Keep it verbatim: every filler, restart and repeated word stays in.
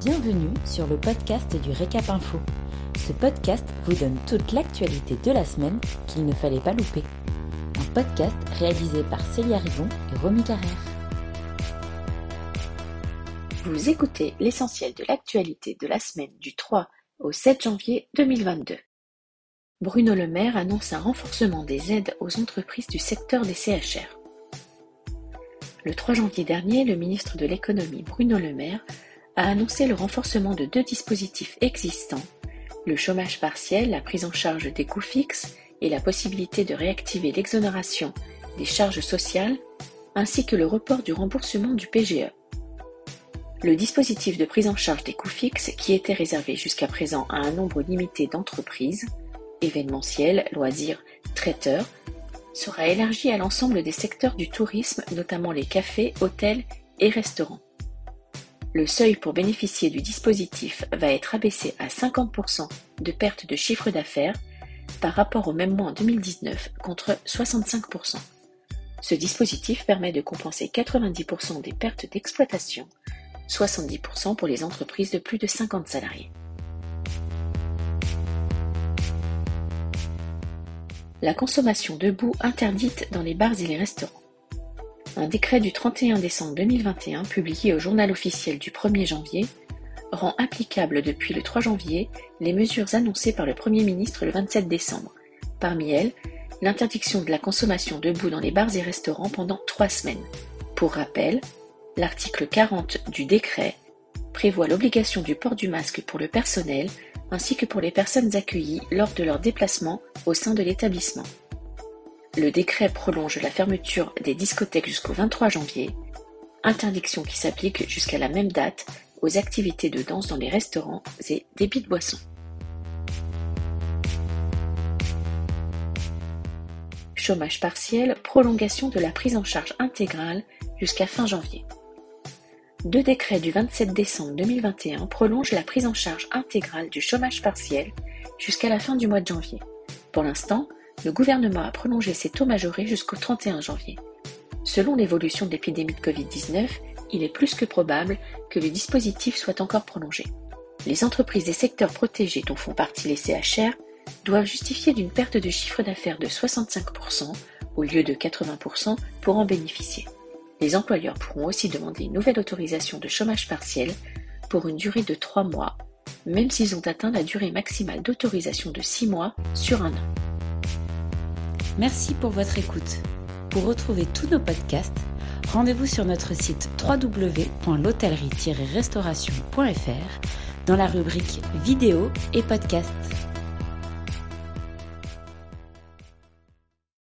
Bienvenue sur le podcast du Récap Info. Ce podcast vous donne toute l'actualité de la semaine qu'il ne fallait pas louper. Un podcast réalisé par Célia Rivon et Romy Carrère. Vous écoutez l'essentiel de l'actualité de la semaine du trois au sept janvier deux mille vingt-deux. Bruno Le Maire annonce un renforcement des aides aux entreprises du secteur des C H R. Le trois janvier dernier, le ministre de l'Économie Bruno Le Maire a annoncé le renforcement de deux dispositifs existants, le chômage partiel, la prise en charge des coûts fixes et la possibilité de réactiver l'exonération des charges sociales, ainsi que le report du remboursement du P G E. Le dispositif de prise en charge des coûts fixes, qui était réservé jusqu'à présent à un nombre limité d'entreprises, événementiels, loisirs, traiteurs, sera élargi à l'ensemble des secteurs du tourisme, notamment les cafés, hôtels et restaurants. Le seuil pour bénéficier du dispositif va être abaissé à cinquante pour cent de perte de chiffre d'affaires par rapport au même mois en deux mille dix-neuf contre soixante-cinq pour cent. Ce dispositif permet de compenser quatre-vingt-dix pour cent des pertes d'exploitation, soixante-dix pour cent pour les entreprises de plus de cinquante salariés. La consommation debout interdite dans les bars et les restaurants. Un décret du trente et un décembre deux mille vingt et un, publié au Journal officiel du premier janvier, rend applicable depuis le trois janvier les mesures annoncées par le Premier ministre le vingt-sept décembre. Parmi elles, l'interdiction de la consommation debout dans les bars et restaurants pendant trois semaines. Pour rappel, l'article quarante du décret prévoit l'obligation du port du masque pour le personnel ainsi que pour les personnes accueillies lors de leur déplacement au sein de l'établissement. Le décret prolonge la fermeture des discothèques jusqu'au vingt-trois janvier, interdiction qui s'applique jusqu'à la même date aux activités de danse dans les restaurants et débits de boissons. Chômage partiel, prolongation de la prise en charge intégrale jusqu'à fin janvier. Deux décrets du vingt-sept décembre deux mille vingt et un prolongent la prise en charge intégrale du chômage partiel jusqu'à la fin du mois de janvier. Pour l'instant, le gouvernement a prolongé ses taux majorés jusqu'au trente et un janvier. Selon l'évolution de l'épidémie de covid dix-neuf, il est plus que probable que le dispositif soit encore prolongé. Les entreprises des secteurs protégés dont font partie les C H R doivent justifier d'une perte de chiffre d'affaires de soixante-cinq pour cent au lieu de quatre-vingts pour cent pour en bénéficier. Les employeurs pourront aussi demander une nouvelle autorisation de chômage partiel pour une durée de trois mois, même s'ils ont atteint la durée maximale d'autorisation de six mois sur un an. Merci pour votre écoute. Pour retrouver tous nos podcasts, rendez-vous sur notre site w w w point l'hôtellerie tiret restauration point f r dans la rubrique vidéo et podcasts.